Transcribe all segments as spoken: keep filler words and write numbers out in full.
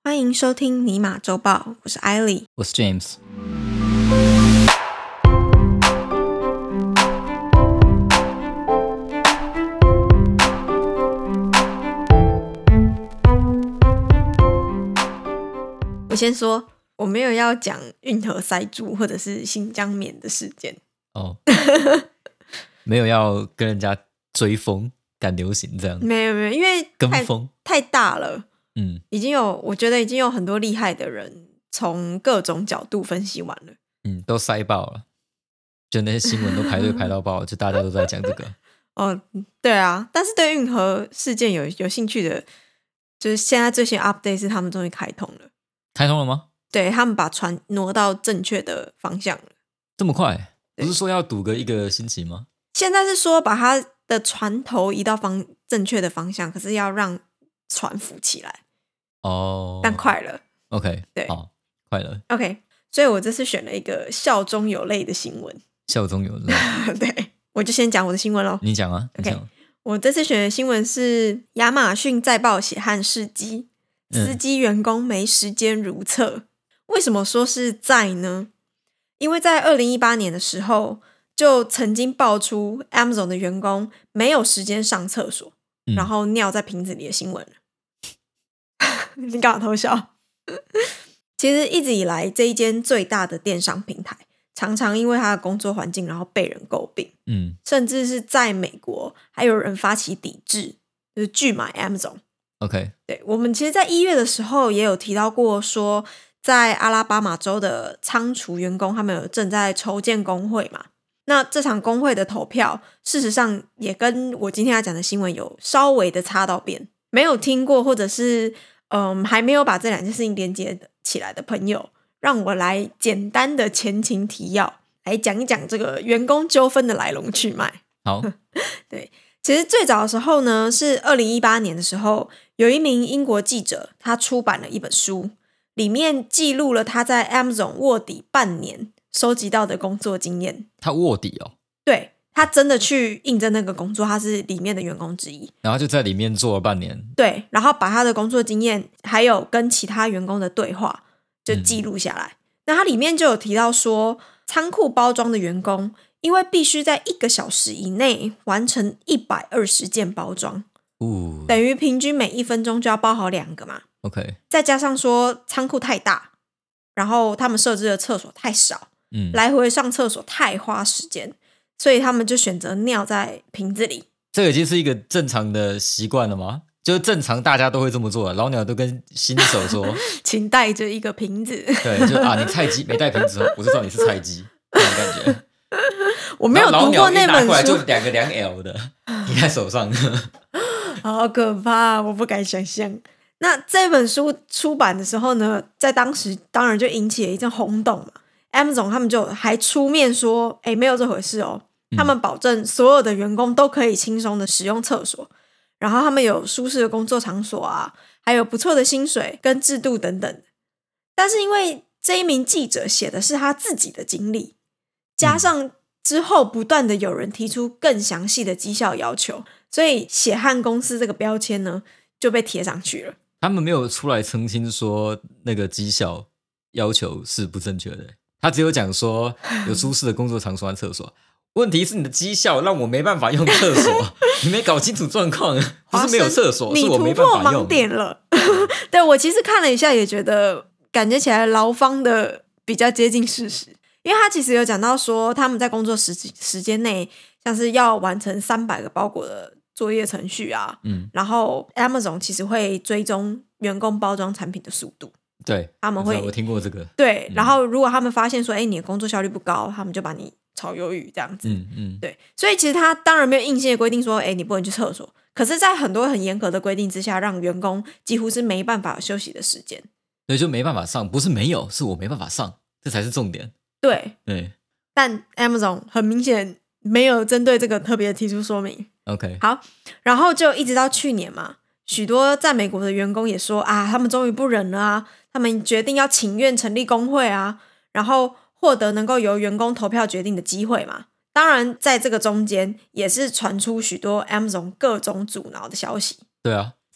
欢迎收听尼玛周报，我是艾莉， 我是 James。 我先说，我没有要讲运河塞住或者是新疆棉的事件哦，没有要跟人家追风赶流行这样， 没有没有，因为跟风太大了， 嗯已经有我觉得已经有很多厉害的人从各种角度分析完了， 嗯，都塞爆了，就那些新闻都排队排到爆，就大家都在讲这个。 哦，对啊，但是对运河事件有有兴趣的，就是现在最新 update 是他们终于开通了。 开通了吗？ 对，他们把船挪到正确的方向了。 这么快？不是说要堵个一个星期吗？ 现在是说把它的船头移到方正确的方向，可是要让船浮起来。 哦， 但快了。 OK， 对， 好，快了。 OK， 所以我这次选了一个笑中有泪的新闻。 笑中有泪。 对，我就先讲我的新闻咯。 你讲啊，你讲。 OK， 我这次选的新闻是亚马逊再爆血汗事迹，司机员工没时间如厕。嗯、为什么说是在呢？因为在二零一八年的时候，就曾经爆出 Amazon 的员工没有时间上厕所，嗯、然后尿在瓶子里的新闻了。你干嘛偷笑？其实一直以来，这一间最大的电商平台，常常因为他的工作环境，然后被人诟病，嗯，甚至是在美国还有人发起抵制，就是拒买 Amazon。 OK， 对，我们其实，在一月的时候也有提到过说，在阿拉巴马州的仓储员工，他们有正在筹建工会嘛？那这场工会的投票，事实上也跟我今天要讲的新闻有稍微的擦到边。没有听过或者是嗯还没有把这两件事情连接起来的朋友，让我来简单的前情提要，来讲一讲这个员工纠纷的来龙去脉。 好， 对。其实最早的时候呢，是二零一八年的时候，有一名英国记者，他出版了一本书，里面记录了他在 Amazon 卧底半年收集到的工作经验。 他卧底哦？ 对，他真的去应征那个工作，他是里面的员工之一， 然后就在里面做了半年。 对，然后把他的工作经验还有跟其他员工的对话就记录下来。嗯、那他里面就有提到说，仓库包装的员工因为必须在一个小时以内完成一百二十件包装， 哦， 等于平均每一分钟就要包好两个嘛。 OK， 再加上说仓库太大，然后他们设置的厕所太少，嗯，来回上厕所太花时间，所以他们就选择尿在瓶子里。 这个已经是一个正常的习惯了吗？就是正常大家都会这么做，老鸟都跟新手说，请带着一个瓶子。 对，就啊，你菜鸡没带瓶子，我就知道你是菜鸡，这种感觉。 我没有读过那本书， 拿过来就两个两 L 的，你在手上， 好可怕，我不敢想象。那这本书出版的时候呢，在当时当然就引起了一阵轰动嘛。Amazon 他们就还出面说，哎，没有这回事哦，他们保证所有的员工都可以轻松的使用厕所，然后他们有舒适的工作场所啊，还有不错的薪水跟制度等等。但是因为这一名记者写的是他自己的经历，加上之后不断的有人提出更详细的绩效要求，所以血汗公司这个标签呢就被贴上去了。 他们没有出来澄清说那个绩效要求是不正确的，他只有讲说有舒适的工作场所和厕所。问题是你的绩效让我没办法用厕所，你没搞清楚状况，不是没有厕所，是我没办法用。 你突破盲点了。对，我其实看了一下，也觉得感觉起来劳方的比较接近事实。因为他其实有讲到说，他们在工作时时间内，像是要完成三百个包裹的作业程序啊，嗯，然后 Amazon 其实会追踪员工包装产品的速度， 对， 他们会， 我听过这个， 对， 嗯、 然后如果他们发现说，哎，你的工作效率不高，他们就把你炒鱿鱼这样子，嗯嗯，对，所以其实他当然没有硬性的规定说，哎，你不能去厕所，可是，在很多很严格的规定之下，让员工几乎是没办法休息的时间， 对，就没办法上，不是没有，是我没办法上，这才是重点。 对对， 但 Amazon 很明显没有针对这个特别提出说明。 OK， 好，然后就一直到去年嘛，许多在美国的员工也说啊，他们终于不忍了啊，他们决定要请愿成立工会啊，然后获得能够由员工投票决定的机会嘛。当然，在这个中间也是传出许多 Amazon 各种阻挠的消息。 对啊，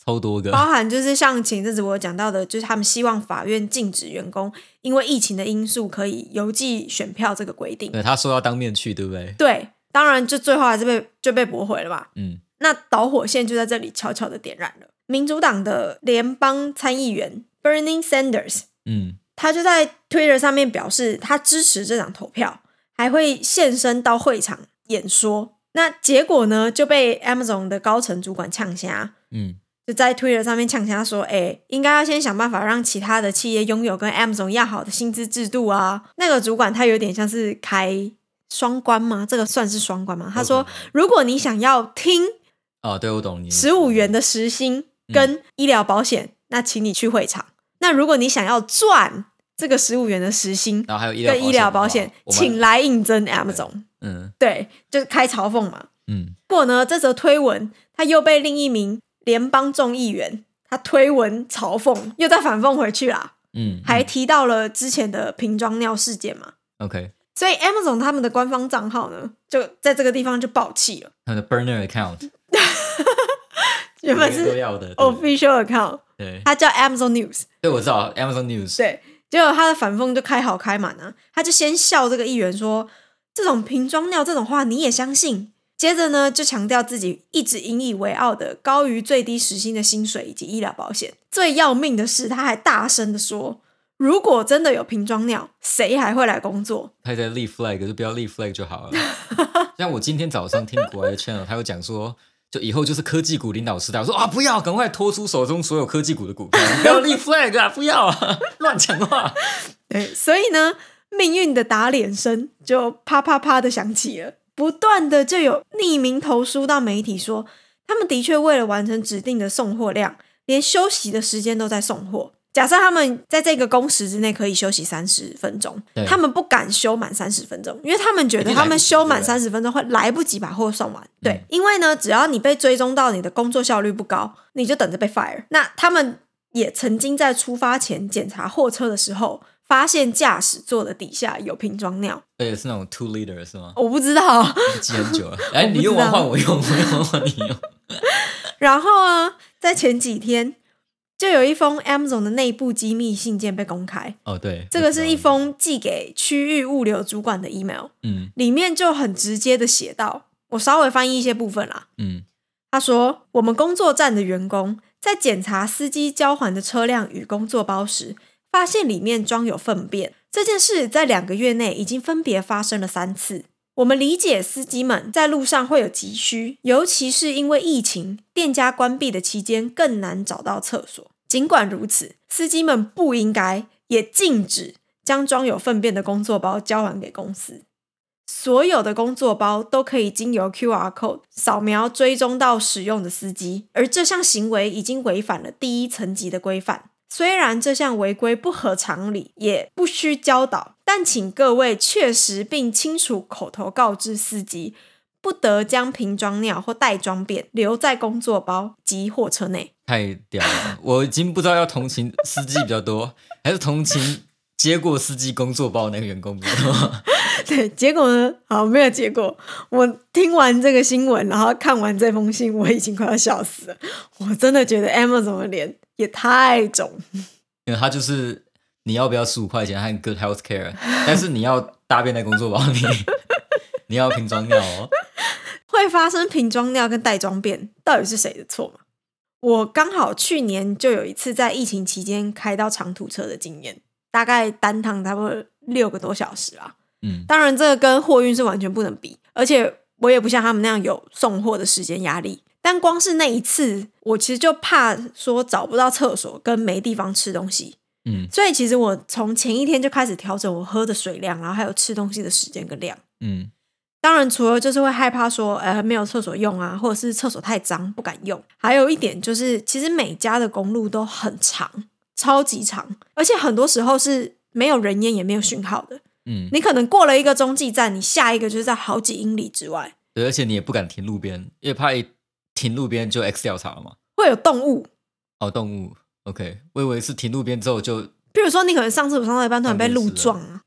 超多个， 包含就是像前阵子我有讲到的，就是他们希望法院禁止员工因为疫情的因素可以邮寄选票这个规定。 对，他说要当面去，对不对？ 对，当然就最后还是被就被驳回了嘛。 嗯， 那导火线就在这里悄悄的点燃了。民主党的联邦参议员 Bernie Sanders， 嗯， 他就在 Twitter 上面表示他支持这场投票，还会现身到会场演说。那结果呢，就被 Amazon 的高层主管呛瞎， 嗯， 就在 Twitter 上面呛瞎说，哎，应该要先想办法让其他的企业拥有跟 Amazon 一样好的薪资制度啊。那个主管他有点像是开双关吗？这个算是双关吗？他说，如果你想要听哦，对，我懂你十五元的时薪跟医疗保险、嗯、那请你去会场。那如果你想要赚这个十五元的时薪然后还有跟医疗保险，请来应征 Amazon。 嗯， 对，就是开嘲讽嘛。 嗯， 不过呢，这则推文他又被另一名联邦众议员他推文嘲讽，又再反讽回去啦。 嗯， 还提到了之前的瓶装尿事件嘛。 OK， 所以 Amazon 他们的官方账号呢，就在这个地方就爆气了。 他们的 burner account 原本是 official account， 对， 它叫 Amazon News。 对，我知道 Amazon News。 对，结果他的反讽就开好开满啊，他就先笑这个议员说，这种瓶装尿这种话你也相信？接着呢，就强调自己一直引以为傲的高于最低时薪的薪水以及医疗保险。最要命的是，他还大声的说，如果真的有瓶装尿，谁还会来工作？ 他在立 flag， 就不要立 flag 就好了。像我今天早上听国外的 channel， 他有讲说，就以后就是科技股领导时代。我说啊，不要，赶快拖出手中所有科技股的股票，不要立 flag 啊，不要啊，乱讲话。 对，所以呢，命运的打脸声就啪啪啪的响起了。不断的就有匿名投书到媒体说，他们的确为了完成指定的送货量，连休息的时间都在送货。假设他们在这个工时之内可以休息三十分钟，他们不敢休满三十分钟，因为他们觉得他们休满三十分钟会来不及把货送完。对、嗯，因为呢，只要你被追踪到你的工作效率不高，你就等着被 fire。那他们也曾经在出发前检查货车的时候，发现驾驶座的底下有瓶装尿， 而且是那种 two liter 是吗？ 我不知道， 记很久了。哎，你用完换我用，我用完换你用。 然后啊，在前几天就有一封 Amazon 的内部机密信件被公开。 哦，对， 这个是一封寄给区域物流主管的 email， 嗯， 里面就很直接的写到，我稍微翻译一些部分啦， 嗯， 他说，我们工作站的员工在检查司机交还的车辆与工作包时，发现里面装有粪便。这件事在两个月内已经分别发生了三次。我们理解司机们在路上会有急需，尤其是因为疫情，店家关闭的期间更难找到厕所。尽管如此，司机们不应该也禁止将装有粪便的工作包交还给公司。所有的工作包都可以经由 Q R code 扫描追踪到使用的司机，而这项行为已经违反了第一层级的规范。虽然这项违规不合常理，也不需教导，但请各位确实并清楚口头告知司机，不得将瓶装尿或袋装便留在工作包及货车内。 太屌了！我已经不知道要同情司机比较多，还是同情接过司机工作包的那个员工比较多。 对，结果呢？好，没有结果。我听完这个新闻，然后看完这封信，我已经快要笑死了。我真的觉得 Amazon 的脸也太肿， 因为他就是你要不要十五块钱和 good health care， 但是你要大便在工作包里，你要瓶装尿哦。 会发生瓶装尿跟袋装便，到底是谁的错嘛？我刚好去年就有一次在疫情期间开到长途车的经验，大概单趟差不多六个多小时啦。 嗯， 当然这个跟货运是完全不能比，而且我也不像他们那样有送货的时间压力。但光是那一次，我其实就怕说找不到厕所跟没地方吃东西。 嗯， 所以其实我从前一天就开始调整我喝的水量，然后还有吃东西的时间跟量。 嗯， 当然除了就是会害怕说呃没有厕所用啊，或者是厕所太脏不敢用，还有一点就是其实每家的公路都很长，超级长，而且很多时候是没有人烟也没有讯号的。 嗯， 你可能过了一个中继站，你下一个就是在好几英里之外。 对，而且你也不敢停路边，因为怕一停路边就 X 调查了嘛。 会有动物。 哦，动物 OK， 我以为是停路边之后就， 比如说你可能上厕所上到一半突然被路撞啊，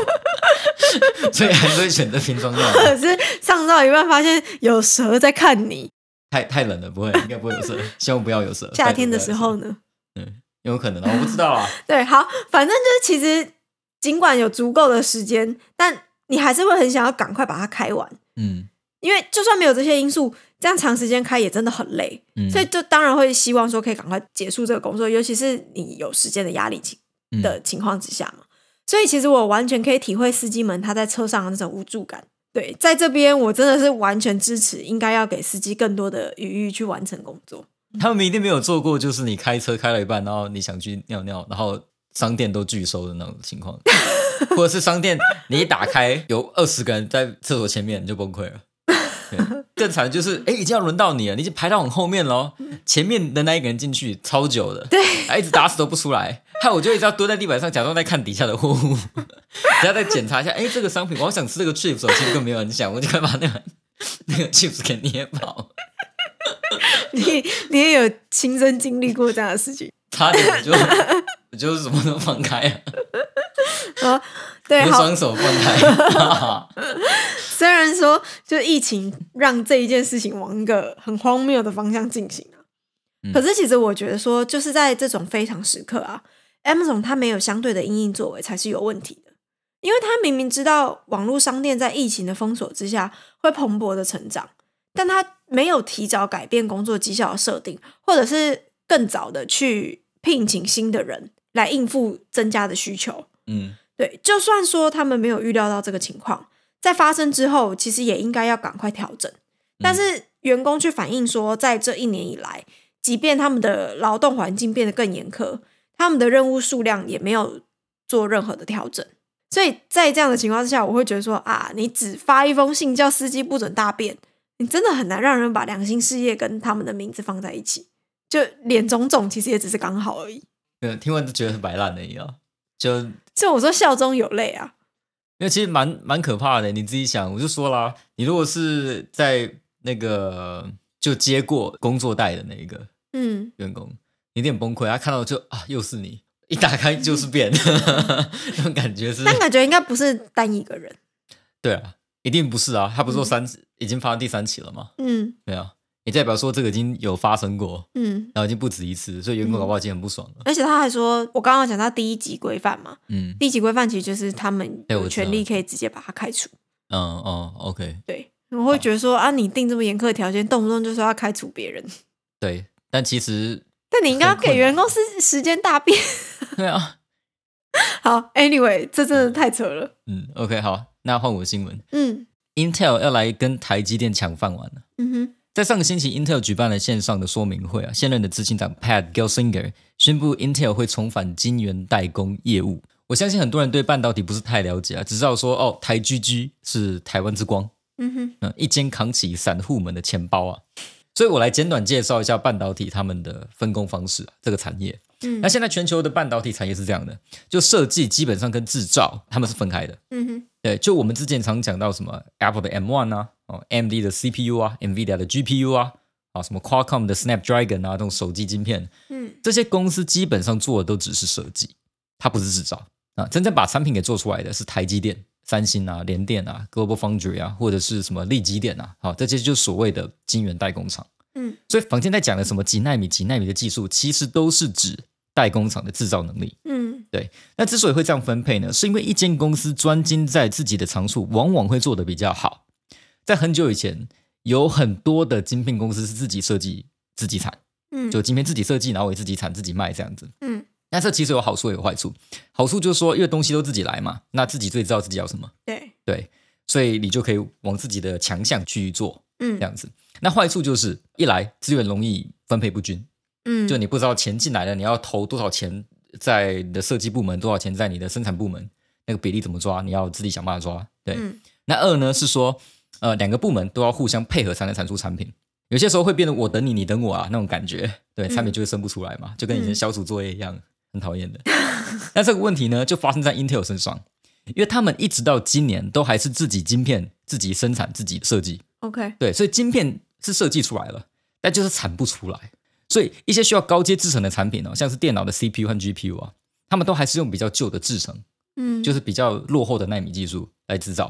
所以还是会选择瓶装尿， 或者是上到一半发现有蛇在看你。 太太冷了，不会，应该不会有蛇，希望不要有蛇。 夏天的时候呢？ 嗯，有可能啊，我不知道啊。 对，好，反正就是其实尽管有足够的时间，但你还是会很想要赶快把它开完。 嗯， 因为就算没有这些因素，这样长时间开也真的很累， 嗯、 所以就当然会希望说可以赶快结束这个工作，尤其是你有时间的压力的情况之下嘛。嗯、所以其实我完全可以体会司机们他在车上的那种无助感。对，在这边我真的是完全支持，应该要给司机更多的余裕去完成工作。 他们一定没有做过，就是你开车开了一半，然后你想去尿尿，然后商店都拒收的那种情况，或者是商店你一打开有二十个人在厕所前面，你就崩溃了。更惨的就是，哎，已经要轮到你了，你已经排到很后面了，前面的那一个人进去超久的， 对， 还一直打死都不出来，害我就一直要蹲在地板上，假装在看底下的货物，等下再检查一下，哎，这个商品我好想吃这个 chips， 其实更没有人想，我就快把那个那个 chips 给捏爆。 你你也有亲身经历过这样的事情？ 差点我就我就是什么都放开了。 啊，对， 好，双手放开。 虽然说，就疫情让这一件事情往一个很荒谬的方向进行啊，嗯、可是其实我觉得说，就是在这种非常时刻啊 ，Amazon 它没有相对的因应作为才是有问题的，因为它明明知道网络商店在疫情的封锁之下会蓬勃的成长，但它没有提早改变工作绩效的设定，或者是更早的去聘请新的人来应付增加的需求。嗯，对，就算说他们没有预料到这个情况，在发生之后，其实也应该要赶快调整。但是员工去反映说，在这一年以来，即便他们的劳动环境变得更严苛，他们的任务数量也没有做任何的调整。所以在这样的情况之下，我会觉得说啊，你只发一封信叫司机不准大便，你真的很难让人把良心事业跟他们的名字放在一起。就脸肿肿，其实也只是刚好而已。 对，听完就觉得很白烂而已啊。就就我说笑中有泪啊， 因为其实蛮蛮可怕的。你自己想，我就说啦，你如果是在那个就接过工作带的那一个嗯员工，你一定很崩溃。他看到就啊，又是你，一打开就是变，那种感觉是。 但感觉应该不是单一个人。 对啊，一定不是啊。他不是说三、嗯、已经发生第三起了吗？嗯，对啊。也代表说这个已经有发生过，嗯，然后已经不止一次，所以员工搞不好已经很不爽了。 嗯、而且他还说，我刚刚讲到第一级规范嘛，嗯，第一级规范其实就是他们有权利可以直接把他开除。 嗯哦 ，OK， 对，我会觉得说啊，你定这么严苛的条件，动不动就说要开除别人。 对，但其实， 但你应该要给员工时时间大便。 对啊。 好 ，Anyway， 这真的太扯了。 嗯 ，OK， 好，那换我新闻。嗯 ，Intel 要来跟台积电抢饭碗了。嗯哼。在上个星期 Intel 举办了线上的说明会啊，现任的执行长 Pat Gelsinger 宣布 Intel 会重返晶圆代工业务。我相信很多人对半导体不是太了解啊，只知道说哦，台 G G 是台湾之光，嗯哼，嗯，一肩扛起散户们的钱包啊。所以我来简短介绍一下半导体他们的分工方式啊，这个产业。嗯，那现在全球的半导体产业是这样的，就设计基本上跟制造他们是分开的。嗯哼，对，就我们之前常讲到什么 Apple 的 M 一 啊，哦 A M D 的 C P U 啊 ，NVIDIA 的 G P U 啊，啊什么 Qualcomm 的 Snapdragon 啊，这种手机晶片，嗯，这些公司基本上做的都只是设计，它不是制造啊，真正把产品给做出来的是台积电、三星啊、联电啊、Global Foundry 啊，或者是什么力积电啊，好，这些就是所谓的晶圆代工厂。嗯，所以坊间在讲的什么几奈米、几奈米的技术，其实都是指代工厂的制造能力。嗯，对。那之所以会这样分配呢，是因为一间公司专精在自己的长处，往往会做得比较好。在很久以前，有很多的晶片公司是自己设计、自己产，嗯，就晶片自己设计，然后也自己产、自己卖这样子。嗯，那这其实有好处也有坏处。好处就是说，因为东西都自己来嘛，那自己最知道自己要什么。 对对，所以你就可以往自己的强项去做，嗯，这样子。那坏处就是一来资源容易分配不均，嗯，就你不知道钱进来了，你要投多少钱在你的设计部门，多少钱在你的生产部门，那个比例怎么抓，你要自己想办法抓。对，嗯、那二呢是说，呃，两个部门都要互相配合才能产出产品。有些时候会变得我等你，你等我啊那种感觉，对，产品就会生不出来嘛，嗯、就跟以前小组作业一样，很讨厌的。那这个问题呢，就发生在 Intel 身上，因为他们一直到今年都还是自己晶片自己生产、自己设计。 OK， 对，所以晶片是设计出来了，但就是产不出来。所以一些需要高阶制程的产品哦，像是电脑的 C P U 和 G P U 啊，他们都还是用比较旧的制程，嗯，就是比较落后的奈米技术来制造。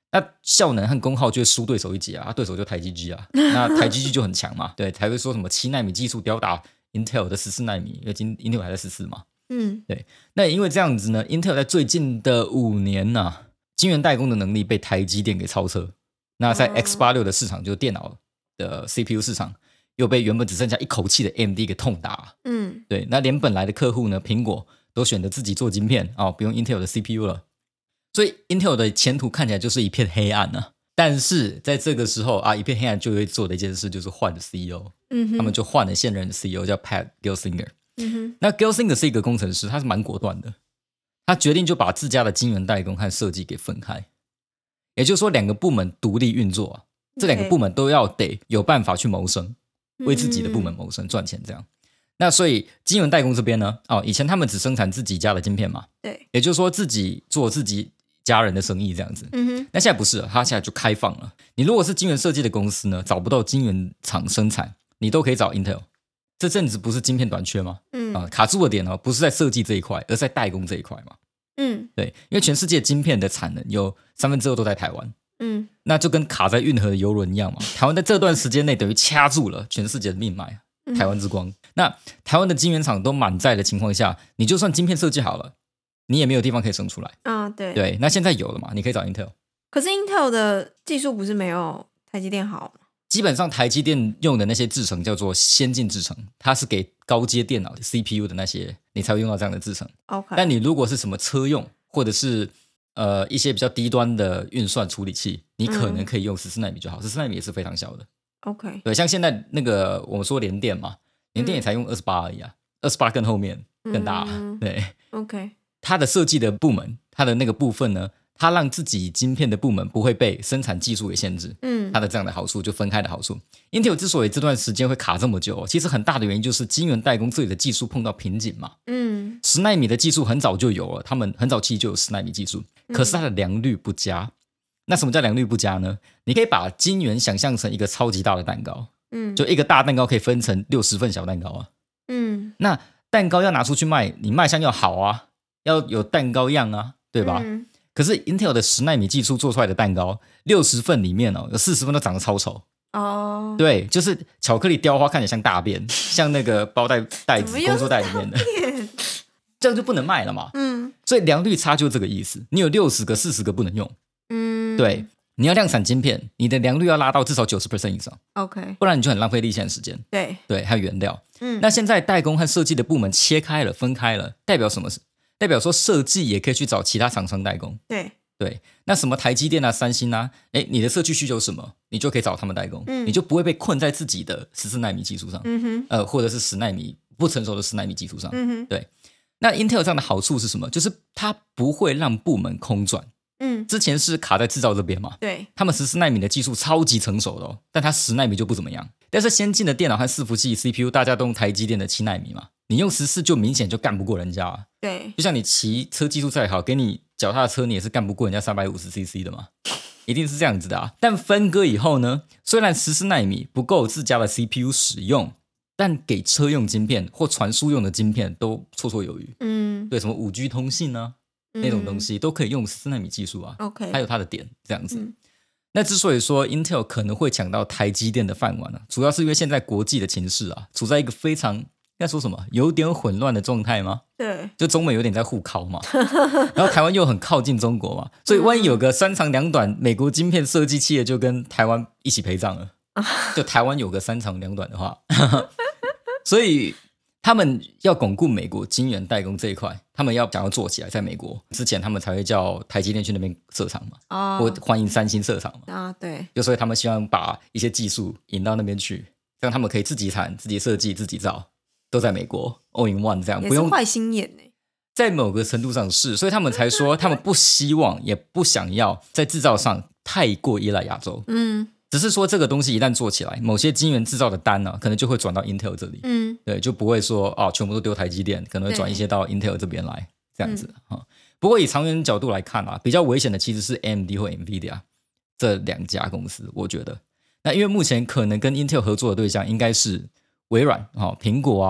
那效能和功耗就会输对手一截啊，对手就台积 G 啊，那台积 G 就很强嘛，对，才会说什么七奈米技术吊打 Intel 的十四奈米，因为 Intel 还在十四嘛， 嗯， 对，那因为这样子呢 ，Intel 在最近的五年呐、啊，晶圆代工的能力被台积电给超车，那在 X 八十六 的市场，就是电脑的 C P U 市场，又被原本只剩下一口气的 A M D 给痛打， 嗯， 对，那连本来的客户呢，苹果都选择自己做晶片哦，不用 Intel 的 C P U 了。所以 Intel 的前途看起来就是一片黑暗啊！但是在这个时候啊，一片黑暗就会做的一件事就是换了 C E O，、嗯、他们就换了现任的 C E O 叫 Pat Gelsinger、嗯。那 Gelsinger 是一个工程师，他是蛮果断的，他决定就把自家的晶圆代工和设计给分开，也就是说两个部门独立运作啊，这两个部门都要得有办法去谋生，为自己的部门谋生赚钱这样。那所以晶圆代工这边呢，哦，以前他们只生产自己家的晶片嘛， 对， 也就是说自己做自己家人的生意这样子，嗯哼，那现在不是了，它现在就开放了。你如果是晶圆设计的公司呢，找不到晶圆厂生产，你都可以找 Intel。这阵子不是晶片短缺吗？嗯啊，卡住的点呢、哦，不是在设计这一块，而是在代工这一块嘛。嗯，对，因为全世界晶片的产能有三分之二都在台湾。嗯，那就跟卡在运河的邮轮一样嘛。台湾在这段时间内等于掐住了全世界的命脉，台湾之光。嗯、那台湾的晶圆厂都满载的情况下，你就算晶片设计好了。你也没有地方可以生出来啊，对对，那现在有了嘛？你可以找 Intel， 可是 Intel 的技术不是没有台积电好吗？ 基本上台积电用的那些制程叫做先进制程，它是给高阶电脑的 C P U 的那些，你才会用到这样的制程。 OK， 但你如果是什么车用，或者是呃一些比较低端的运算处理器，你可能可以用十四奈米就好，十四奈米也是非常小的。 OK， 对，像现在那个我们说联电嘛，联电也才用二十八而已啊，二十八更后面更大、啊嗯、对 OK。 它的设计的部门，它的那个部分呢，它让自己晶片的部门不会被生产技术给限制，嗯，它的这样的好处就分开的好处。Intel 之所以这段时间会卡这么久，其实很大的原因就是晶圆代工这里的技术碰到瓶颈嘛，嗯，十奈米的技术很早就有了，他们很早期就有十奈米技术，可是它的良率不佳。嗯、那什么叫良率不佳呢？你可以把晶圆想象成一个超级大的蛋糕，嗯，就一个大蛋糕可以分成六十份小蛋糕啊，嗯，那蛋糕要拿出去卖，你卖相要好啊。要有蛋糕样啊，对吧？嗯、可是 Intel 的十奈米技术做出来的蛋糕，六十份里面哦，有四十份都长得超丑。哦，对，就是巧克力雕花看起来像大便，像那个包袋袋子、工作袋里面的，这样就不能卖了嘛。嗯，所以良率差就是这个意思。你有六十个、四十个不能用。嗯，对，你要量产晶片，你的良率要拉到至少 百分之九十 以上。OK， 不然你就很浪费力气和时间。对，对，还有原料。嗯，那现在代工和设计的部门切开了、分开了，代表什么？代表说设计也可以去找其他厂商代工。对对，那什么台积电啊、三星啊，诶，你的社区需求什么，你就可以找他们代工，嗯、你就不会被困在自己的十四奈米技术上，嗯哼，呃，或者是十奈米不成熟的十奈米技术上。嗯哼，对。那 Intel 这样的好处是什么？就是它不会让部门空转。嗯，之前是卡在制造这边嘛，对，他们十四奈米的技术超级成熟的哦，但它十奈米就不怎么样。但是先进的电脑和伺服器 C P U 大家都用台积电的七奈米嘛，你用十四就明显就干不过人家啊。对，就像你骑车技术再好，给你脚踏车你也是干不过人家 三百五十 C C 的嘛，一定是这样子的啊。但分割以后呢，虽然十四奈米不够自家的 C P U 使用，但给车用晶片或传输用的晶片都绰绰有余。嗯，对，什么 五 G 通信啊那种东西都可以用十四奈米技术啊。OK， 还有它的点这样子。嗯，那之所以说 Intel 可能会抢到台积电的饭碗呢、啊，主要是因为现在国际的情势啊，处在一个非常该说什么有点混乱的状态吗？对，就中美有点在互靠嘛，然后台湾又很靠近中国嘛，所以万一有个三长两短，美国晶片设计企业就跟台湾一起陪葬了，就台湾有个三长两短的话，所以他们要巩固美国晶圆代工这一块，他们要想要做起来，在美国之前，他们才会叫台积电去那边设厂嘛，哦，或欢迎三星设厂嘛，啊，对，就所以他们希望把一些技术引到那边去，让他们可以自己产、自己设计、自己造，都在美国 all in one 这样， 也是坏心眼欸， 在某个程度上是，所以他们才说他们不希望也不想要在制造上太过依赖亚洲，嗯。只是说这个东西一旦做起来，某些晶圆制造的单呢、啊，可能就会转到 Intel 这里，嗯，对，就不会说哦，全部都丢台积电，可能会转一些到 Intel 这边来，这样子、嗯、不过以长远角度来看啊，比较危险的其实是 A M D 或 Nvidia 这两家公司，我觉得。那因为目前可能跟 Intel 合作的对象应该是微软、哦、苹果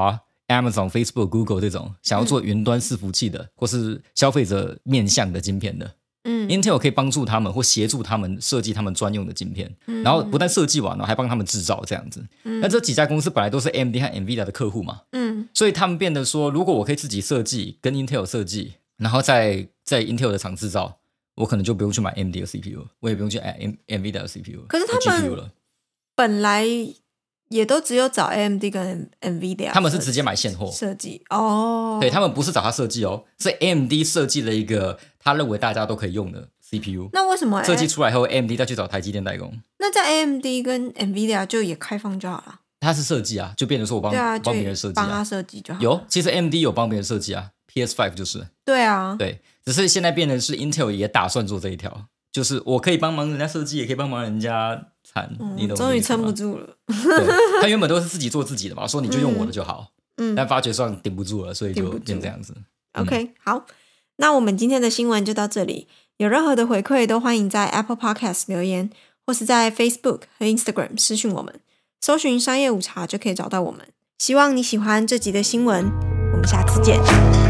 啊、Amazon、Facebook、Google 这种想要做云端伺服器的，嗯、或是消费者面向的晶片的。嗯，因 Intel 可以帮助他们或协助他们设计他们专用的晶片， 嗯、 然后不但设计完了，还帮他们制造这样子。嗯、那这几家公司本来都是 A M D 和 Nvidia 的客户嘛，嗯，所以他们变得说，如果我可以自己设计，跟 Intel 设计，然后在在 Intel 的厂制造，我可能就不用去买 A M D 的 C P U， 我也不用去 Nvidia 的 C P U， 可是他们本来也都只有找 A M D 跟 Nvidia， 他们是直接买现货设计哦， 对，他们不是找他设计哦，是 A M D 设计了一个他认为大家都可以用的 C P U， 那为什么设计出来后 A M D 再去找台积电代工？ 那在 A M D 跟 Nvidia 就也开放就好了。 他是设计啊，就变成说我帮、 啊、 帮别人设计、啊， 帮他设计就好。 有，其实 A M D 有帮别人设计啊 ，P S 五 就是。 对啊， 对，只是现在变成是 Intel 也打算做这一条，就是我可以帮忙人家设计，也可以帮忙人家产，嗯、你懂？ 终于撑不住了。 对，他原本都是自己做自己的嘛，说你就用我的就好，嗯，但发觉上顶不住了，所以就变这样子。 OK，、嗯、好，那我们今天的新闻就到这里。有任何的回馈都欢迎在 Apple Podcast 留言，或是在 Facebook 和 Instagram 私讯我们，搜寻商业午茶就可以找到我们。希望你喜欢这集的新闻，我们下次见。